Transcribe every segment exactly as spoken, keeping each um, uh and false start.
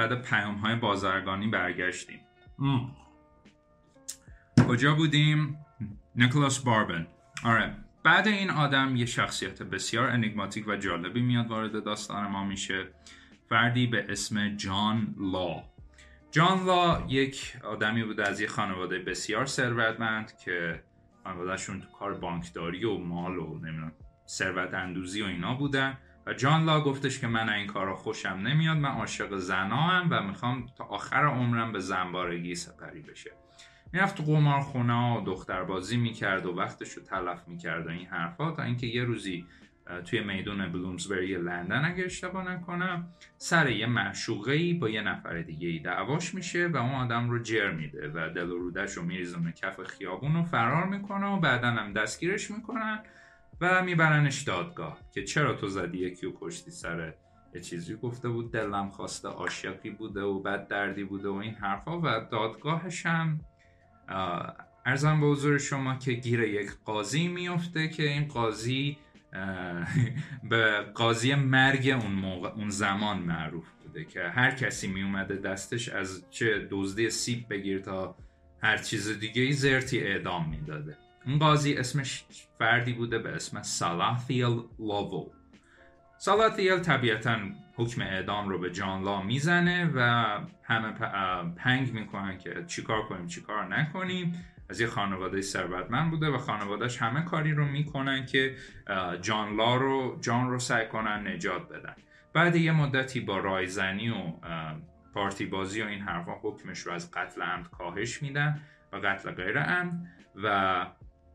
بعد پیام‌های بازرگانی برگشتیم. ام. کجا بودیم؟ نیکولاس باربن. آره، بعد این آدم یه شخصیت بسیار انیگماتیک و جالبی میاد وارد داستان ما میشه. فردی به اسم جان لا. جان لا یک آدمی بوده از یه خانواده بسیار ثروتمند که خانوادهشون تو کار بانکداری و مال و نمیدونم ثروت اندوزی و اینا بودن و جان لا گفتش که من این کارا خوشم نمیاد، من عاشق زنام و میخوام تا آخر عمرم به زنبارگی سپری بشه. میرفت تو قمارخونه ها و دختربازی میکرد و وقتشو تلف میکرد و این حرفا، تا اینکه یه روزی توی میدون بلومزبری لندن اگه اشتباه نکنم سر یه معشوقه‌ای با یه نفر دیگه ای دعواش میشه و اون آدم رو جر میده و دل و رودش رو میریزونه کف خیابون و فرار میکنه و بعداً هم دستگیرش میکنن و میبرنش دادگاه که چرا تو زدی یکی و کشتی، سر یه چیزی گفته بود دلم خواسته، عاشقی بوده و بد دردی بوده و این حرفا. و دادگاهش هم ارزم به حضور شما که گیر یک قاضی میفته که این قاضی به قاضی مرگ اون موقع اون زمان معروف بوده که هر کسی می اومده دستش از چه دزدی سیب بگیر تا هر چیز دیگه ای زرتی اعدام میداده. اون قاضی اسمش فردی بوده به اسم سالاتیل لاوو. سالاتیل طبیعتاً حکم اعدام رو به جان لا میزنه و همه پنگ میکنن که چیکار کنیم چیکار نکنیم. از یه خانواده ثروتمند بوده و خانوادهش همه کاری رو میکنن که جان لا رو جان رو سعی کنن نجات بدن. بعد یه مدتی با رایزنی و پارتی بازی و این حرفا حکمش رو از قتل عمد کاهش میدن و قتل غیر عمد و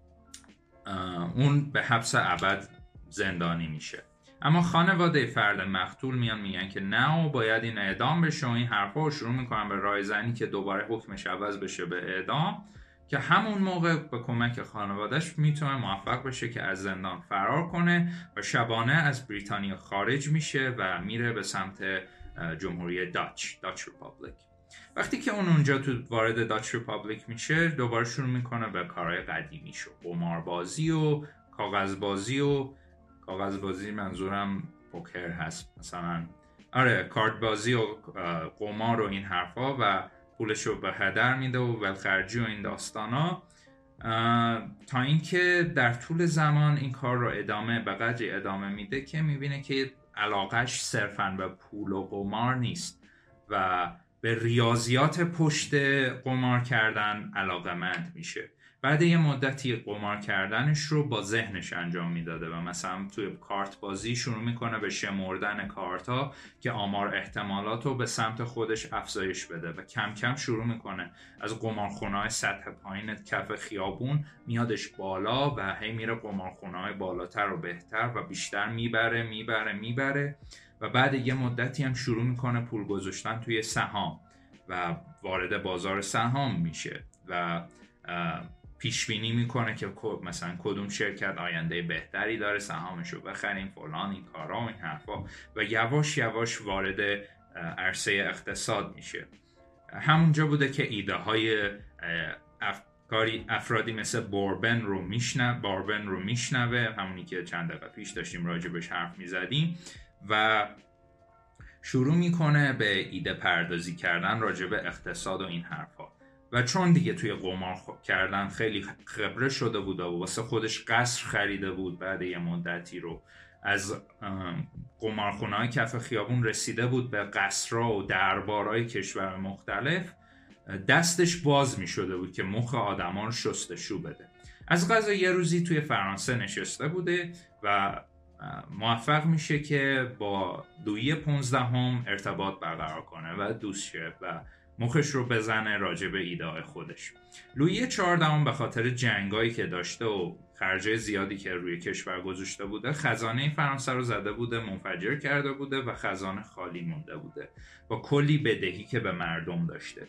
اون به حبس ابد زندانی میشه. اما خانواده فرد مقتول میان میگن که نه و باید این اعدام بشه و این حرفا رو شروع میکنن به رایزنی که دوباره حکمش عوض بشه به اعدام، که همون موقع با کمک خانوادهش میتونه موفق بشه که از زندان فرار کنه و شبانه از بریتانیا خارج میشه و میره به سمت جمهوری داچ داچ ریپابلیک. وقتی که اون اونجا تو وارد داچ ریپابلیک میشه دوباره شروع میکنه به کارهای قدیمیشو، قماربازی و کاغذبازی و کاغذبازی منظورم پوکر هست مثلا، آره کارت بازی و قمار و این حرفا و پولشو به هدر میده و ولخرجی و این داستانا، تا اینکه در طول زمان این کار رو ادامه به قدری ادامه میده که میبینه که علاقش صرفاً به پول و قمار نیست و به ریاضیات پشت قمار کردن علاقه‌مند میشه. بعد یه مدتی قمار کردنش رو با ذهنش انجام میداده و مثلا توی کارت بازی شروع میکنه به شمردن کارت ها که آمار احتمالات رو به سمت خودش افزایش بده و کم کم شروع میکنه از قمارخونه‌های سطح پایین کف خیابون میادش بالا و هی میره قمارخونه‌های بالاتر و بهتر و بیشتر میبره میبره میبره و بعد یه مدتی هم شروع میکنه پول گذاشتن توی سهام و وارد بازار سهام میشه و پیش بینی میکنه که مثلا کدوم شرکت آینده بهتری داره، سهامشو بخریم فلان این کارا و این حرفا و یواش یواش وارد عرصه اقتصاد میشه. همونجا بوده که ایده های افکاری افرادی مثل باربن رو میشنوه باربن رو میشنوه همونی که چند دقیقه پیش داشتیم راجبش حرف میزدیم و شروع میکنه به ایده پردازی کردن راجب اقتصاد و این حرفا. و چون دیگه توی قمار کردن خیلی خبره شده بود و واسه خودش قصر خریده بود، بعد یه مدتی رو از قمارخونه‌های کف خیابون رسیده بود به قصرها و دربارهای کشور مختلف، دستش باز می شده بود که مخ آدمان رو شستشو بده. از قضا یه روزی توی فرانسه نشسته بوده و موفق میشه که با لویی پونزدهم ارتباط برقرار کنه و دوست شه و مخش رو بزنه راجع به ایده خودش. لویی چهاردهم به خاطر جنگایی که داشته و خرجای زیادی که روی کشور گذاشته بوده خزانه فرانسه رو زده بوده، منفجر کرده بوده و خزانه خالی مونده بوده با کلی بدهی که به مردم داشته.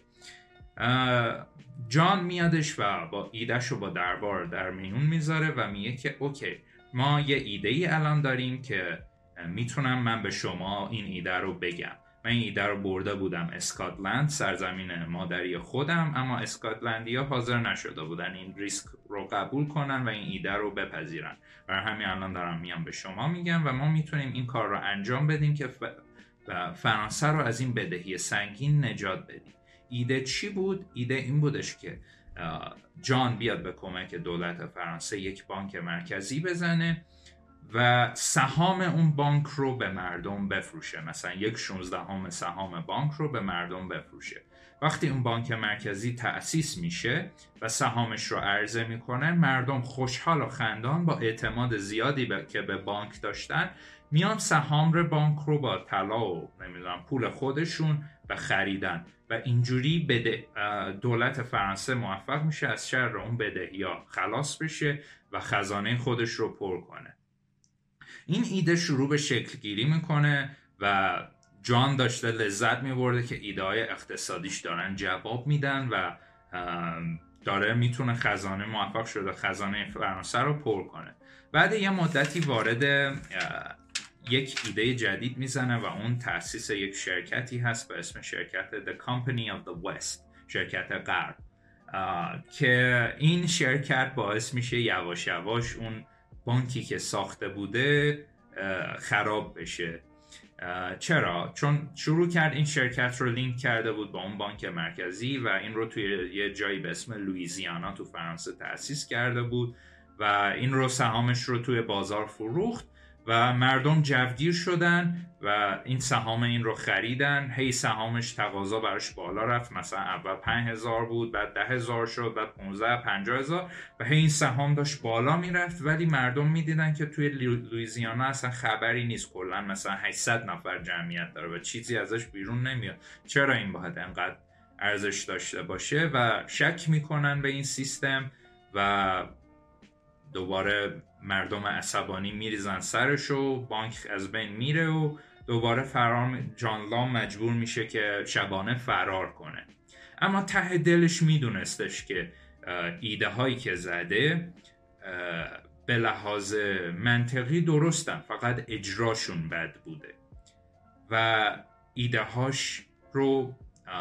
جان میادش و با ایدهش رو با دربار در میون میذاره و میگه که اوکی ما یه ایده ای الان داریم که میتونم من به شما این ایده رو بگم. من این ایده رو برده بودم اسکاتلند، سرزمین مادری خودم، اما اسکاتلندیا حاضر نشده بودن این ریسک رو قبول کنن و این ایده رو بپذیرن. برای همین الان دارم میام به شما میگم و ما میتونیم این کار رو انجام بدیم که و فرانسه رو از این بدهی سنگین نجات بدی. ایده چی بود؟ ایده این بودش که جان بیاد به کمک دولت فرانسه یک بانک مرکزی بزنه و سهام اون بانک رو به مردم بفروشه، مثلا یک شانزدهم سهام بانک رو به مردم بفروشه. وقتی اون بانک مرکزی تأسیس میشه و سهامش رو عرضه میکنه، مردم خوشحال و خندان با اعتماد زیادی ب... که به بانک داشتن میان سهام رو بانک رو با طلا و نمیدونم پول خودشون و خریدن و اینجوری بده... دولت فرانسه موفق میشه از شر اون بدهی‌ها خلاص بشه و خزانه خودش رو پر کنه. این ایده شروع به شکل گیری میکنه و جان داشته لذت میبرده که ایده های اقتصادیش دارن جواب میدن و داره میتونه خزانه موفق شده خزانه فرانسه رو پر کنه. بعد یه مدتی وارد یک ایده جدید میزنه و اون تأسیس یک شرکتی هست به اسم شرکت The Company of the West، شرکت غرب، که این شرکت باعث میشه یواش یواش اون بانکی که ساخته بوده خراب بشه. چرا؟ چون شروع کرد این شرکت رو لینک کرده بود با اون بانک مرکزی و این رو توی یه جایی به اسم لوئیزیانا تو فرانسه تأسیس کرده بود و این رو سهامش رو توی بازار فروخت و مردم جوگیر شدن و این سهام این رو خریدن. هی سهامش تقاضا براش بالا رفت، مثلا اول پنج هزار بود، بعد ده هزار شد، بعد پانزده پنجاه هزار و هی این سهام داشت بالا میرفت، ولی مردم میدیدن که توی لوئیزیانا اصلا خبری نیست، کلا مثلا هشتصد نفر جمعیت داره و چیزی ازش بیرون نمیاد، چرا این باید انقدر ارزش داشته باشه؟ و شک میکنن به این سیستم و دوباره مردم عصبانی میریزن سرش و بانک از بین میره و دوباره فرار جان لام مجبور میشه که شبانه فرار کنه. اما ته دلش میدونستش که ایده هایی که زده به لحاظ منطقی درستن، فقط اجراشون بد بوده و ایده هاش رو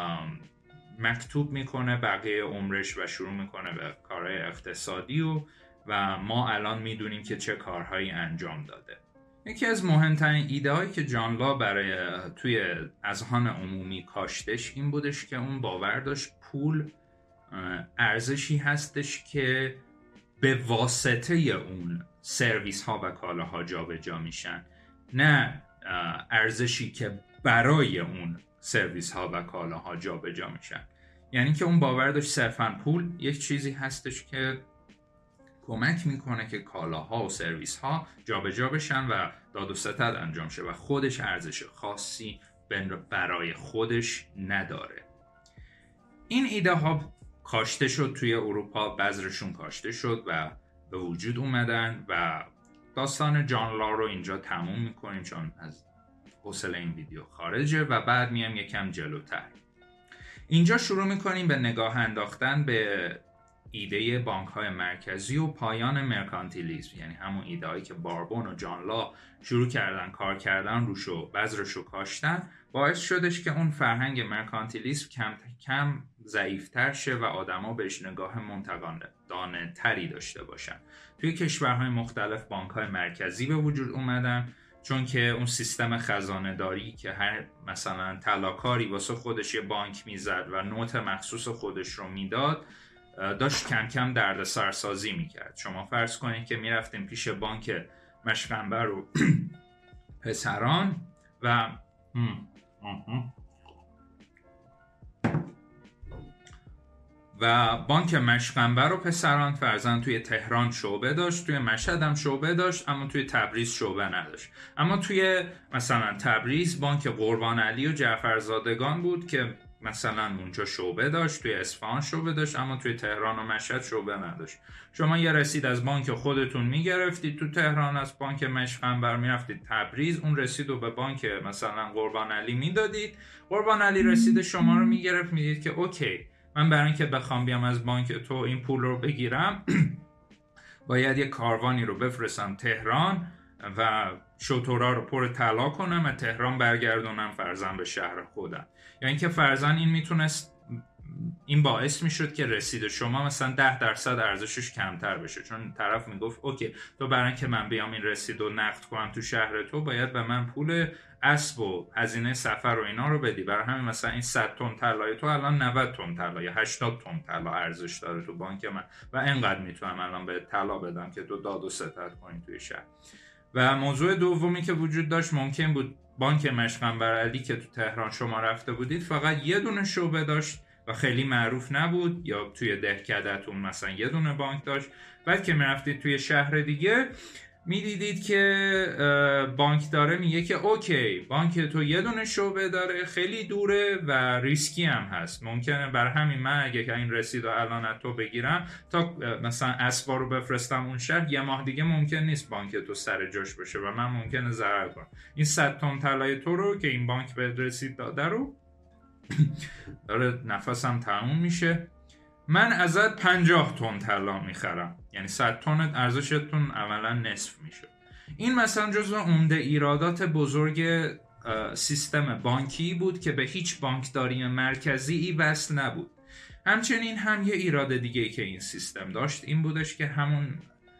مکتوب میکنه بقیه عمرش و شروع میکنه به کارهای اقتصادی و و ما الان میدونیم که چه کارهایی انجام داده. یکی از مهمترین ایده هایی که جان لا برای توی اذهان عمومی کاشتش این بودش که اون باور داشت پول ارزشی هستش که به واسطه اون سرویس ها و کالاها جابجا میشن، نه ارزشی که برای اون سرویس ها و کالاها جابجا میشن. یعنی که اون باور داشت صرفاً پول یک چیزی هستش که کمک میکنه که کالاها و سرویس ها جابجا بشن و داد و ستد انجام شه و خودش ارزش خاصی برای خودش نداره. این ایده ها کاشته شد توی اروپا، بذرشون کاشته شد و به وجود اومدن و داستان جان لا رو اینجا تموم میکنیم چون از حوصله این ویدیو خارجه و بعد میام یکم جلوتر. اینجا شروع میکنیم به نگاه انداختن به ایده بانک‌های مرکزی و پایان مرکانتیلیسم، یعنی همون ایده‌ای که باربون و جان لا شروع کردن کار کردن روش و بذرش رو کاشتن، باعث شدش که اون فرهنگ مرکانتیلیسم کم کم ضعیف‌تر شه و آدما بهش نگاه منتقدانه تری داشته باشن. توی کشورهای مختلف بانک‌های مرکزی به وجود اومدن چون که اون سیستم خزانه داری که هر مثلا طلاکاری واسه خودش یه بانک میزد و نوت مخصوص خودش رو میداد، داشت کم کم درد سرسازی میکرد. شما فرض کنید که میرفتیم پیش بانک مشغنبر و پسران و و بانک مشغنبر و پسران فرضاً توی تهران شعبه داشت، توی مشهد هم شعبه داشت، اما توی تبریز شعبه نداشت. اما توی مثلا تبریز بانک قربان علی و جعفرزادگان بود که مثلا اونجا شعبه داشت، توی اصفهان شعبه داشت، اما توی تهران و مشهد شعبه نداشت. شما یه رسید از بانک خودتون میگرفتید تو تهران، از بانک مشغنبر میرفتید تبریز، اون رسید رو به بانک مثلا قربان علی میدادید، قربان علی رسید شما رو میگرفت، میدید که اوکی من برای اینکه بخوام بیام از بانک تو این پول رو بگیرم باید یه کاروانی رو بفرستم تهران و شترها رو پر طلا کنم و تهران برگردونم فرضاً به شهر خودم. یعنی که فرضاً این میتونست این باعث میشد که رسید شما مثلا ده درصد ارزشش کمتر بشه، چون طرف میگفت اوکی تو برای اینکه من بیام این رسید رو نقد کنم تو شهر تو باید به من پول اسب و هزینه سفر و اینا رو بدی. برای همین مثلا این صد تن طلای تو الان نود تن طلا یا هشتاد تن طلا ارزش داره تو بانک من و اینقدر میتونم الان به طلا بدم که تو داد و ستد کنی توی شهر. و موضوع دومی که وجود داشت، ممکن بود بانک مشقنبرعلی که تو تهران شما رفته بودید فقط یه دونه شعبه داشت و خیلی معروف نبود، یا توی دهکده‌تون مثلا یه دونه بانک داشت. بعد که میرفتید توی شهر دیگه میدیدید که بانک داره میگه که اوکی بانک تو یه دونه شعبه داره، خیلی دوره و ریسکی هم هست، ممکنه بر همین من اگه این رسید رو الان از تو بگیرم تا مثلا اسبا رو بفرستم اون شهر، یه ماه دیگه ممکن نیست بانک تو سر جاش باشه و من ممکنه ضرر کنم. این صد تن طلای تو رو که این بانک به رسید داده رو داره نفسم تموم میشه، من ازت پنجاه تن طلا میخرم، یعنی صد تن ارزشتون اولا نصف میشه. این مثلا جزو عمده ایرادات بزرگ سیستم بانکی بود که به هیچ بانکداری مرکزی ای وصل نبود. همچنین هم یه ایراد دیگه ای که این سیستم داشت این بودش که همون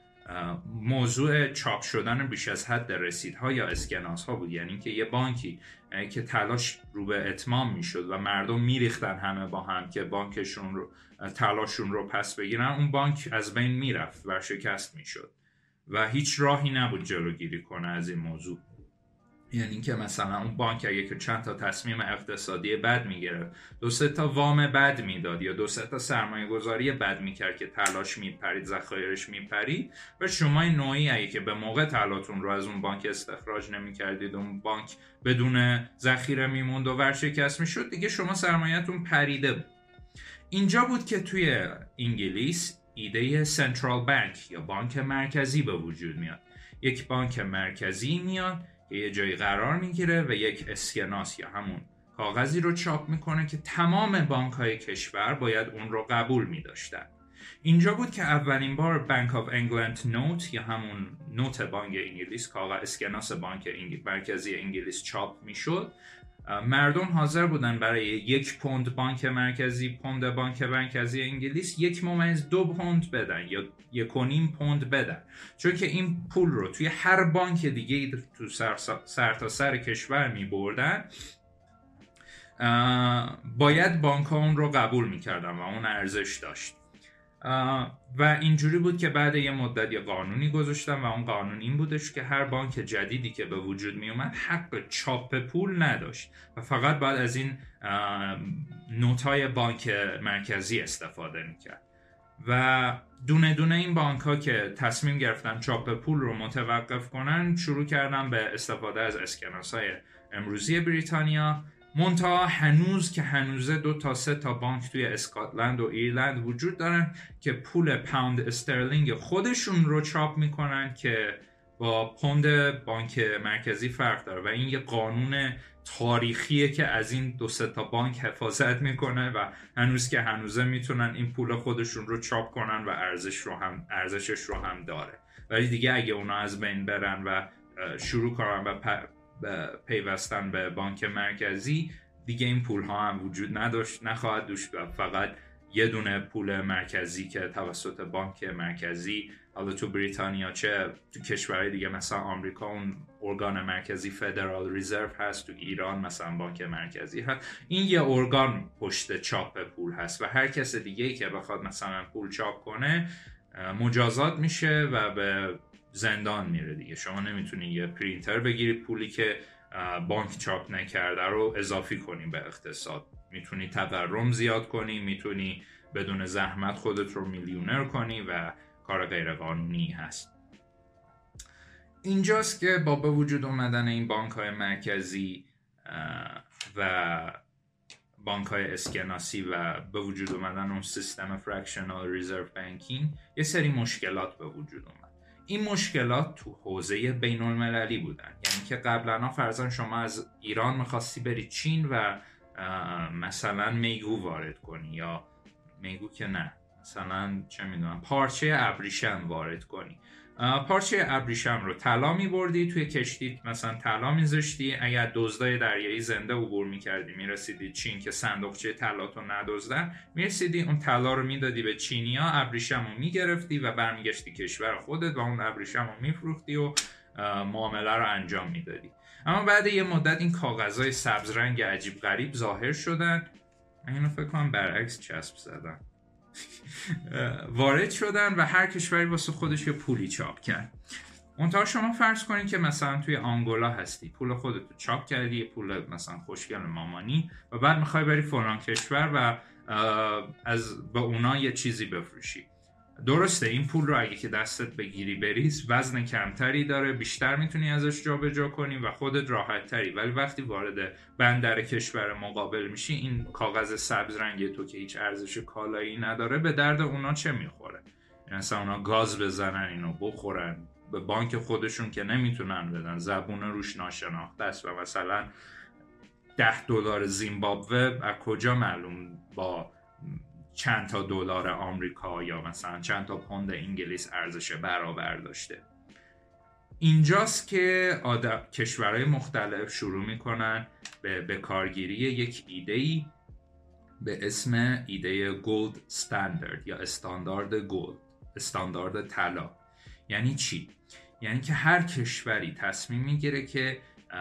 موضوع چاپ شدن بیش از حد رسیدها یا اسکناس ها بود، یعنی که یه بانکی که تلاش رو به اتمام میشد و مردم میریختن همه با هم که بانکشون رو تلاششون رو پس بگیرن، اون بانک از بین میرفت و شکست میشد و هیچ راهی نبود جلوگیری کنه از این موضوع. یعنی که مثلا اون بانک اگه که چند تا تصمیم اقتصادی بد میگرفت، دو سه تا وام بد میداد یا دو سه تا سرمایه گذاری بد میکرد که تلاش میپرید، ذخایرش میپرید و شما نوعی اگه که به موقع طلاتون رو از اون بانک استخراج نمیکردید، اون بانک بدون ذخیره میموند و ورشکست میشد، دیگه شما سرمایه‌تون پریده بود. اینجا بود که توی انگلیس ایده سنترال بانک یا بانک مرکزی به وجود میاد. یک بانک مرکزی میاد که یه جایی قرار میگیره و یک اسکناس یا همون کاغذی رو چاپ میکنه که تمام بانک‌های کشور باید اون رو قبول میداشتن. اینجا بود که اولین بار بانک آف انگلند نوت یا همون نوت بانک انگلیس، کاغذ اسکناس بانک مرکزی انگلیس چاپ میشد. مردم حاضر بودن برای یک پوند بانک مرکزی پوند بانک مرکزی انگلیس یک ممیز دو پوند بدن یا یک و نیم پوند بدن، چون که این پول رو توی هر بانک دیگه تو سر, سر تا سر کشور می بردن، باید بانک ها اون رو قبول می کردن و اون ارزش داشت. و اینجوری بود که بعد یه مدت یه قانونی گذاشتن و اون قانون این بودش که هر بانک جدیدی که به وجود می اومد حق چاپ پول نداشت و فقط بعد از این نوتای بانک مرکزی استفاده میکرد. و دونه دونه این بانک ها که تصمیم گرفتن چاپ پول رو متوقف کنن شروع کردن به استفاده از اسکناس های امروزی بریتانیا. منتها هنوز که هنوزه دو تا سه تا بانک توی اسکاتلند و ایرلند وجود دارن که پول پوند استرلینگ خودشون رو چاپ میکنن که با پوند بانک مرکزی فرق داره و این یه قانون تاریخیه که از این دو سه تا بانک حفاظت میکنه و هنوز که هنوزه میتونن این پول خودشون رو چاپ کنن و ارزش رو هم ارزشش رو هم داره. ولی دیگه اگه اونا از بین برن و شروع کنن و پیوستن به بانک مرکزی، دیگه این پول ها هم وجود نداشت نخواهد داشت و فقط یه دونه پول مرکزی که توسط بانک مرکزی، حالا تو بریتانیا چه تو کشورهای دیگه مثلا آمریکا اون ارگان مرکزی فدرال ریزرو هست، تو ایران مثلا بانک مرکزی هست، این یه ارگان پشت چاپ پول هست و هر کس دیگه‌ای که بخواد مثلا پول چاپ کنه مجازات میشه و به زندان میره دیگه. شما نمیتونی یه پرینتر بگیری پولی که بانک چاپ نکرده رو اضافی کنی به اقتصاد، میتونی تورم زیاد کنی، میتونی بدون زحمت خودت رو میلیونر کنی و کار غیر قانونی هست. اینجاست که با به وجود اومدن این بانک های مرکزی و بانک های اسکناسی و به وجود اومدن اون سیستم فرکشنال ریزرو بانکینگ یه سری مشکلات به وجود اومد. این مشکلات تو حوزه بین المللی بودن، یعنی که قبلا فرضاً شما از ایران میخواستی بری چین و مثلا میگو وارد کنی، یا میگو که نه مثلا چه میدونم پارچه ابریشم وارد کنی، پارچه ابریشم رو طلا می‌بردی توی کشتی، مثلا طلا می‌ذاشتی، اگر دزدای دریایی زنده عبور می‌کردی می‌رسیدی چین که صندوقچه طلاتو ندزدن، می‌رسیدی اون طلا رو میدادی به چینیا، ابریشم رو می‌گرفتی و برمیگشتی کشور خودت و اون ابریشم رو می‌فروختی و معامله رو انجام میدادی. اما بعد یه مدت این کاغذهای سبز رنگ عجیب غریب ظاهر شدن، من اینو فکر کنم برعکس چسب زدن وارد شدن و هر کشوری واسه خودش یه پولی چاپ کرد. اونطور شما فرض کنید که مثلا توی آنگولا هستی، پول خودتو چاپ کردی، یه پول مثلا خوشگل مامانی، و بعد میخوای بری فلان کشور و از به اونا یه چیزی بفروشی. درسته این پول رو اگه که دستت بگیری بریز، وزن کمتری داره، بیشتر میتونی ازش جابجا کنی و خودت راحت تری، ولی وقتی وارد بندر کشور مقابل میشی، این کاغذ سبز رنگی تو که هیچ ارزش کالایی نداره به درد اونا چه میخوره؟ مثلا اونا گاز بزنن اینو بخورن، به بانک خودشون که نمیتونن بدن، زبون روش ناشناخته است و مثلا ده دلار زیمبابوه از کجا معلوم با چند تا دلار آمریکا یا مثلا چند تا پوند انگلیس ارزش برابر داشته. اینجاست که آدم کشورهای مختلف شروع میکنن به به کارگیری یک ایده‌ای به اسم ایده گولد استاندارد یا استاندارد گولد، استاندارد طلا. یعنی چی؟ یعنی که هر کشوری تصمیم میگیره که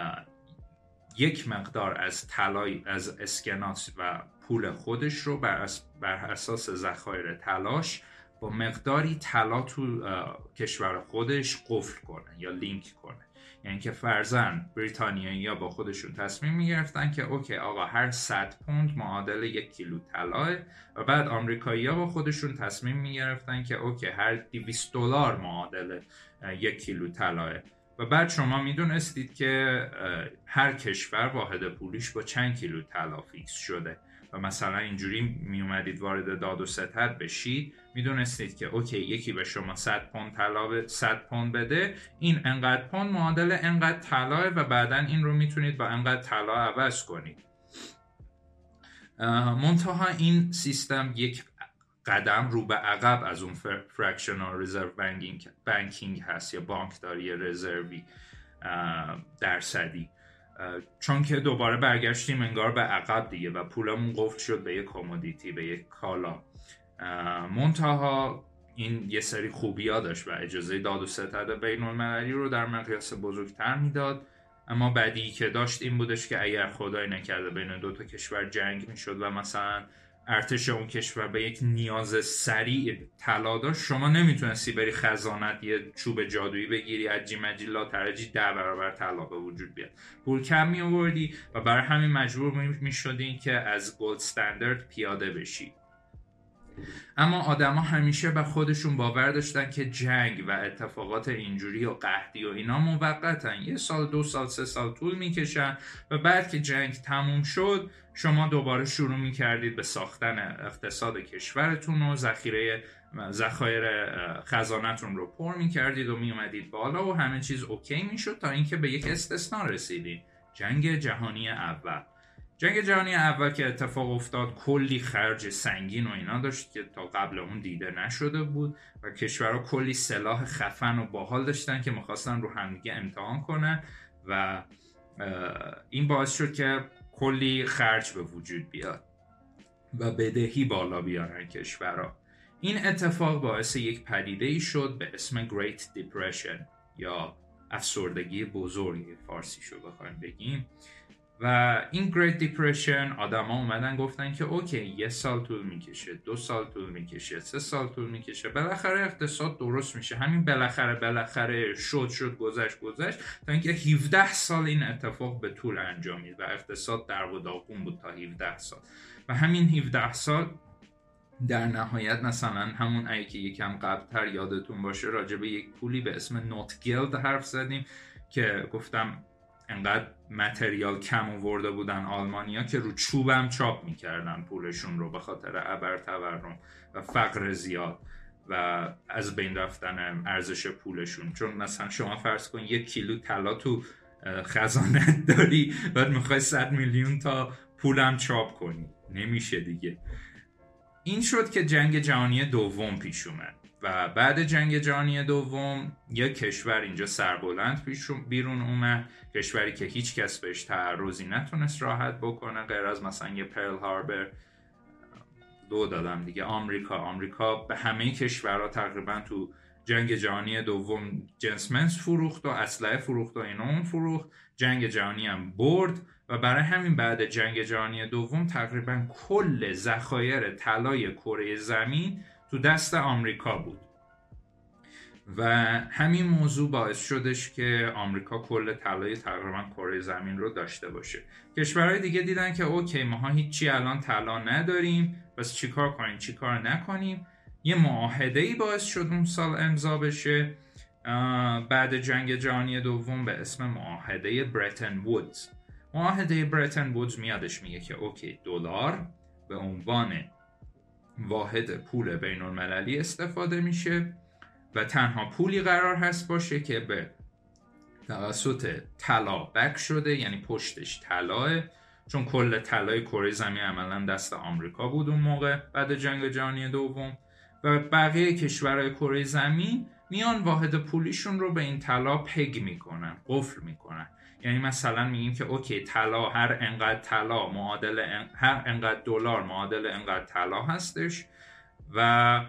یک مقدار از طلای از اسکناس و پول خودش رو بر, اس... بر اساس ذخایر طلاش با مقداری طلا تو کشور خودش قفل کنه یا لینک کنه. یعنی که فرضاً بریتانیایی‌ها با خودشون تصمیم میگرفتن که اوکی آقا هر صد پوند معادل یک کیلو طلاه، و بعد آمریکایی‌ها با خودشون تصمیم میگرفتن که اوکی هر دویست دلار معادل یک کیلو طلاه. و بعد شما میدونستید که هر کشور واحد پولیش با چند کیلو طلا فیکس شده و مثلا اینجوری میومدید وارد داد و ستد بشید، میدونستید که اوکی یکی به شما صد پوند طلا صد پوند بده، این انقدر پوند معادل انقدر طلا و بعداً این رو میتونید با انقدر طلا عوض کنید. منتها این سیستم یک قدم رو به عقب از اون فرکشنال رزرو بانکینگ هست یا بانکداری رزروی درصدی، چون که دوباره برگشتیم انگار به عقب دیگه و پولمون قفل شد به یک کامودیتی، به یک کالا. منتها این یه سری خوبی‌ها داشت و اجازه داد و ستد بین المللی رو در مقیاس بزرگتر میداد، اما بعدی که داشت این بودش که اگر خدای نکرده بین دو تا کشور جنگ میشد و مثلا ارتش اون کشور به یک نیاز سریع طلا داشت، شما نمیتونستی بری خزانت یه چوب جادویی بگیری عجی مجی لا ترجی ده برابر طلا به وجود بیاد، پول کم می آوردی و برای همین مجبور میشدین که از گولد استاندارد پیاده بشی. اما آدما همیشه به خودشون باور داشتن که جنگ و اتفاقات اینجوری و قحطی و اینا موقتن، یه سال دو سال سه سال طول میکشن و بعد که جنگ تموم شد شما دوباره شروع میکردید به ساختن اقتصاد کشورتون و ذخیره ذخایر خزانتون رو پر میکردید و میومدید بالا و همه چیز اوکی میشد تا اینکه به یک استثناء رسیدید، جنگ جهانی اول. جنگ جهانی اول که اتفاق افتاد کلی خرج سنگین و اینا داشت که تا قبل اون دیده نشده بود و کشورها کلی سلاح خفن و باحال داشتن که می‌خواستن رو همدیگه امتحان کنن و این باعث شد که کلی خرج به وجود بیاد و بدهی بالا بیارن کشورها. این اتفاق باعث یک پدیده‌ای شد به اسم Great Depression یا افسردگی بزرگ فارسی شو بخوایم بگیم. و این Great Depression آدم ها اومدن گفتن که اوکی یه سال طول میکشه، دو سال طول میکشه، سه سال طول میکشه، بالاخره اقتصاد درست میشه. همین بالاخره بالاخره شد شد گذشت گذشت تا اینکه هفده سال این اتفاق به طول انجامید و اقتصاد در و داغون بود تا هفده سال. و همین هفده سال در نهایت مثلا همون ایی که یکم قبلتر یادتون باشه راجع به یک پولی به اسم نوت گیلد حرف زدیم که گفتم انقدر متریال کم آورده بودن آلمانیا که رو چوبم چاپ میکردن پولشون رو به خاطر ابر تورم و فقر زیاد و از بین رفتن ارزش پولشون. چون مثلا شما فرض کن یک کیلو طلا تو خزانه داری بعد میخوای صد میلیون تا پولم چاپ کنی، نمیشه دیگه. این شد که جنگ جهانی دوم پیش اومد و بعد جنگ جهانی دوم یک کشور اینجا سربلند پیش بیرون اومد، کشوری که هیچ کس بهش تعرضی نتونست راحت بکنه غیر از مثلا یه پرل هاربر. دو دادم دیگه، آمریکا. آمریکا به همه کشورها تقریبا تو جنگ جهانی دوم جنسمنس فروخت و اسلحه فروخت و این اون فروخت. جنگ جهانی هم برد و برای همین بعد جنگ جهانی دوم تقریبا کل ذخایر طلای کره زمین تو دست آمریکا بود و همین موضوع باعث شدش که آمریکا کل طلای تقریبا کره زمین رو داشته باشه. کشورهای دیگه دیدن که اوکی ماها هیچی الان طلا نداریم، پس چیکار کنیم چیکار نکنیم. یه معاهده‌ای باعث شد اون سال امضا بشه بعد جنگ جهانی دوم به اسم معاهده برتن وودز. معاهده برتن وودز میادش میگه که اوکی دلار به عنوان واحد پول بین المللی استفاده میشه و تنها پولی قرار هست باشه که به توسط طلا بک شده، یعنی پشتش طلاه، چون کل طلای کره زمین عملا دست آمریکا بود اون موقع بعد جنگ جهانی دوم و بقیه کشورهای کره زمین میان واحد پولیشون رو به این طلا پگ میکنن، قفل میکنن. یعنی مثلا میگیم که اوکی طلا هر انقدر طلا معادل ان... هر انقدر دلار معادل انقدر طلا هستش و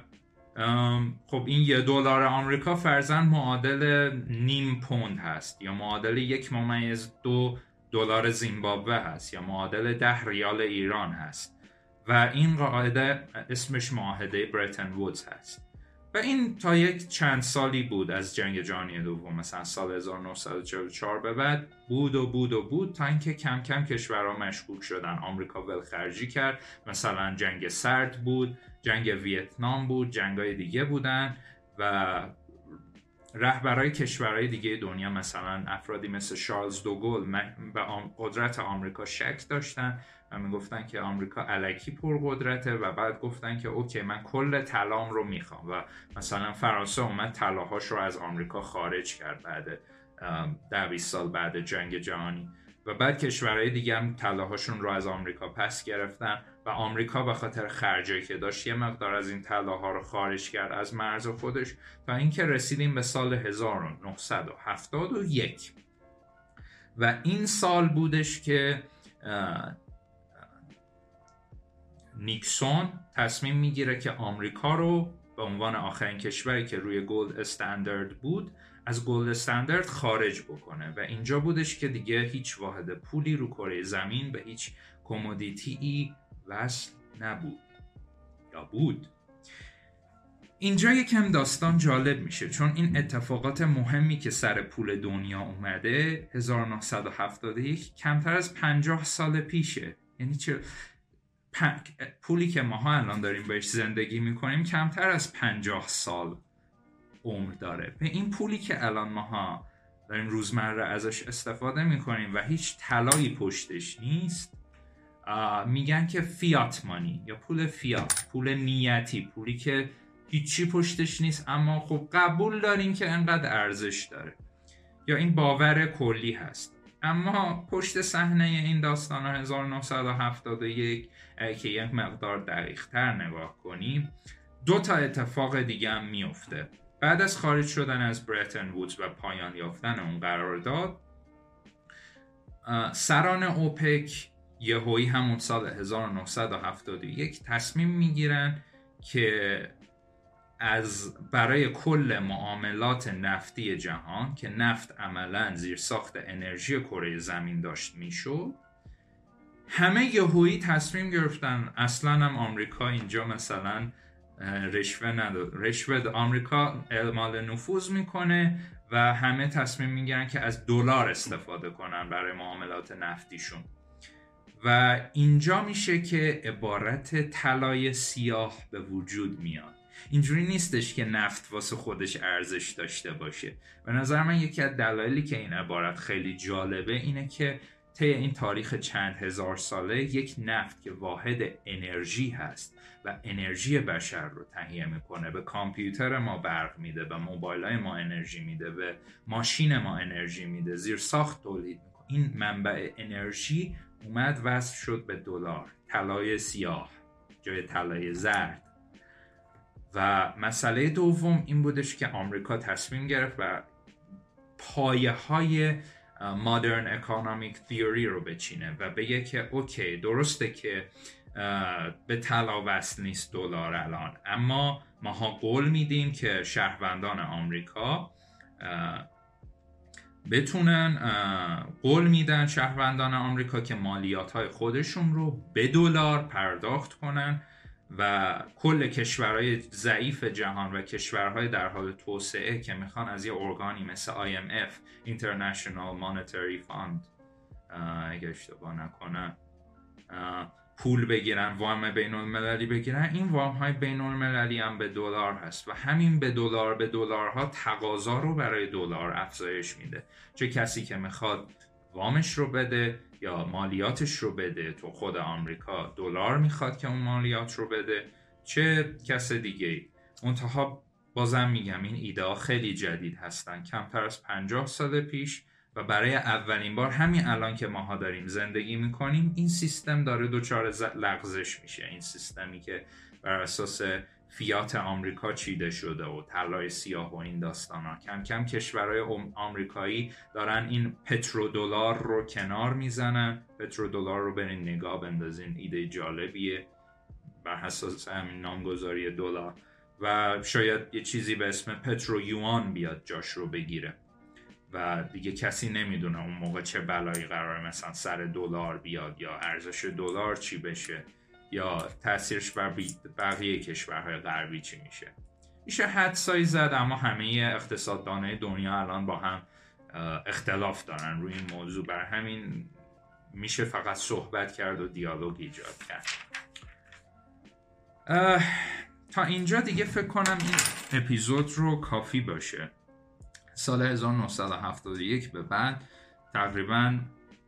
خب این یه دلار آمریکا فرضاً معادل نیم پوند هست یا معادل یک ممیز دو دلار زیمبابوه هست یا معادل ده ریال ایران هست و این قاعده اسمش معاهده برتن وودز هست و این تا یک چند سالی بود از جنگ جهانی دوم، مثلا سال هزار و نهصد و چهل و چهار به بعد بود و بود و بود تا اینکه کم کم کشورها مشکوک شدن. آمریکا ولخرجی کرد، مثلا جنگ سرد بود، جنگ ویتنام بود، جنگای دیگه بودن و رهبرای کشورهای دیگه دنیا مثلا افرادی مثل شارلز دوگل به قدرت آمریکا شک داشتن و میگفتن که آمریکا الکی پرقدرته و بعد گفتن که اوکی من کل طلام رو میخوام و مثلا فرانسه اومد طلاهاش رو از آمریکا خارج کرد بعد ده بیست سال بعد جنگ جهانی و بعد کشورهای دیگه هم طلاهاشون رو از آمریکا پس گرفتن و آمریکا به خاطر خرجی که داشت یه مقدار از این طلاها رو خارج کرد از مرز خودش تا اینکه رسیدیم به سال هزار و نهصد و هفتاد و یک و این سال بودش که نیکسون تصمیم میگیره که آمریکا رو به عنوان آخرین کشوری که روی گلد استاندارد بود از گلد استاندارد خارج بکنه و اینجا بودش که دیگه هیچ واحد پولی رو کره زمین به هیچ کمودیتی وصل نبود یا بود. اینجا یکم داستان جالب میشه چون این اتفاقات مهمی که سر پول دنیا اومده هزار و نهصد و هفتاد و یک کمتر از پنجاه سال پیشه. یعنی چه پولی که ماها الان داریم بهش زندگی میکنیم کمتر از پنجاه سال عمر داره. به این پولی که الان ماها داریم روزمره ازش استفاده میکنیم و هیچ طلایی پشتش نیست میگن که فیات مانی یا پول فیات، پول نیتی، پولی که هیچی پشتش نیست اما خب قبول داریم که انقدر ارزش داره یا این باور کلی هست. اما پشت صحنه این داستان هزار و نهصد و هفتاد و یک که یک مقدار دقیق تر نگاه کنیم دو تا اتفاق دیگه هم میفته. بعد از خارج شدن از برتن وودز و پایان یافتن اون قرارداد سران اوپک یهویی همون سال هزار و نهصد و هفتاد و یک تصمیم میگیرن که از برای کل معاملات نفتی جهان که نفت عملاً زیرساخت انرژی کره زمین داشت میشد همه یهویی تصمیم گرفتن اصلاً هم آمریکا اینجا مثلا رشوه نداد، رشوه آمریکا اعمال نفوذ میکنه و همه تصمیم میگیرن که از دلار استفاده کنن برای معاملات نفتیشون و اینجا میشه که عبارت طلای سیاه به وجود میاد. اینجوری نیستش که نفت واسه خودش ارزش داشته باشه. به نظر من یکی از دلایلی که این عبارت خیلی جالبه اینه که طی این تاریخ چند هزار ساله یک نفت که واحد انرژی هست و انرژی بشر رو تهیه میکنه، به کامپیوتر ما برق میده، به موبایلای ما انرژی میده، به ماشین ما انرژی میده، زیر ساخت تولید میکنه. این منبع انرژی اومد وصل شد به دلار، طلای سیاه. جای طلای زرد. و مسئله دوم این بودش که آمریکا تصمیم گرفت و پایه های مدرن اکانومیک تیوری رو بچینه و بگه که اوکی درسته که به طلا وصل نیست دلار الان، اما ماها قول میدیم که شهروندان آمریکا بتونن قول میدن شهروندان آمریکا که مالیات های خودشون رو به دلار پرداخت کنن و کل کشورهای ضعیف جهان و کشورهای در حال توسعه که میخوان از یه ارگانی مثل آی ام اف International Monetary Fund اگه اشتباه نکنم پول بگیرن، وام بین المللی بگیرن، این وام های بین المللی هم به دلار هست و همین به دلار به دلارها تقاضا رو برای دلار افزایش میده. چه کسی که میخواد وامش رو بده یا مالیاتش رو بده تو خود آمریکا دلار میخواد که اون مالیات رو بده، چه کس دیگه ای. منتها بازم میگم این ایده ها خیلی جدید هستن، کمتر از پنجاه سال پیش و برای اولین بار همین الان که ماها داریم زندگی میکنیم این سیستم داره دچار لغزش میشه. این سیستمی که بر اساس فیات آمریکا چیده شده و طلای سیاه و این داستانا، کم کم کشورهای آمریکایی دارن این پترودلار رو کنار میزنن. پترودلار رو برین نگاه بندازین، ایده جالبیه بر اساس همین نامگذاری دلار و شاید یه چیزی به اسم پترو یوان بیاد جاش رو بگیره و دیگه کسی نمیدونه اون موقع چه بلایی قراره مثلا سر دلار بیاد یا ارزش دلار چی بشه یا تاثیرش بر بقیه کشورهای غربی چی میشه. میشه حدسایی زد، اما همه اقتصاددانای دنیا الان با هم اختلاف دارن روی این موضوع، بر همین میشه فقط صحبت کرد و دیالوگ ایجاد کرد. تا اینجا دیگه فکر کنم این اپیزود رو کافی باشه. سال هزار و نهصد و هفتاد و یک به بعد تقریبا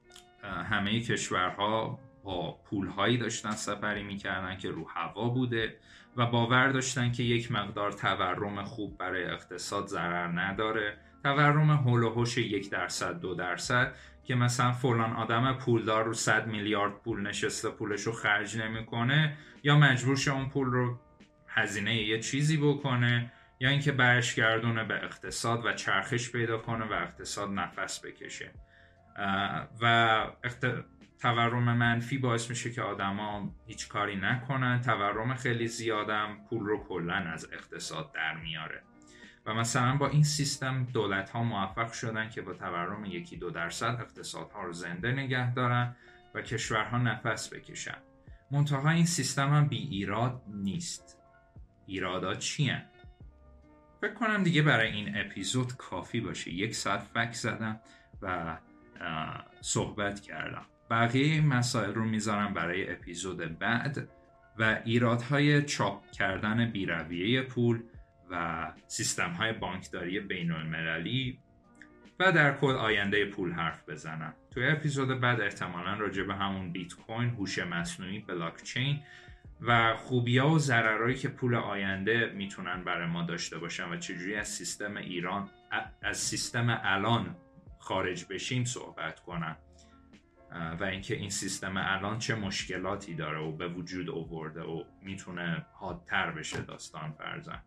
همه کشورها با پولهایی داشتن سپری میکردن که رو هوا بوده و باور داشتن که یک مقدار تورم خوب برای اقتصاد ضرر نداره. تورم هول و هوش یک درصد دو درصد که مثلا فلان آدم پولدار رو صد میلیارد پول نشسته پولش رو خرج نمیکنه، یا مجبور شه اون پول رو هزینه یه چیزی بکنه یا اینکه برش گردونه به اقتصاد و چرخش پیدا کنه و اقتصاد نفس بکشه. و اقت... تورم منفی باعث میشه که آدما هیچ کاری نکنن. تورم خیلی زیادم پول رو کلن از اقتصاد در میاره و مثلا با این سیستم دولت ها موفق شدن که با تورم یکی دو درصد اقتصادها رو زنده نگه دارن و کشورها نفس بکشن. منتها این سیستم هم بی ایراد نیست. ایرادات چیه؟ فکر کنم دیگه برای این اپیزود کافی باشه. یک ساعت فک زدم و صحبت کردم. بقیه مسائل رو میذارم برای اپیزود بعد و ایرادهای چاپ کردن بی‌رویه پول و سیستم‌های بانکداری بین‌المللی و در کل آینده پول حرف بزنم. توی اپیزود بعد احتمالاً راجع به همون بیت کوین، هوش مصنوعی، بلاکچین و خوبی‌ها و ضررهایی که پول آینده میتونن برای ما داشته باشن و چجوری از سیستم ایران از سیستم الان خارج بشیم صحبت کنم و اینکه این سیستم الان چه مشکلاتی داره و به وجود آورده و میتونه حادتر بشه داستان فرزن.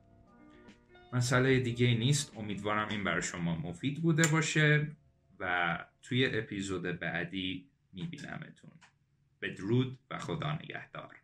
مسئله دیگه نیست. امیدوارم این برای شما مفید بوده باشه و توی اپیزود بعدی میبینمتون. بدرود و خدا نگهدار.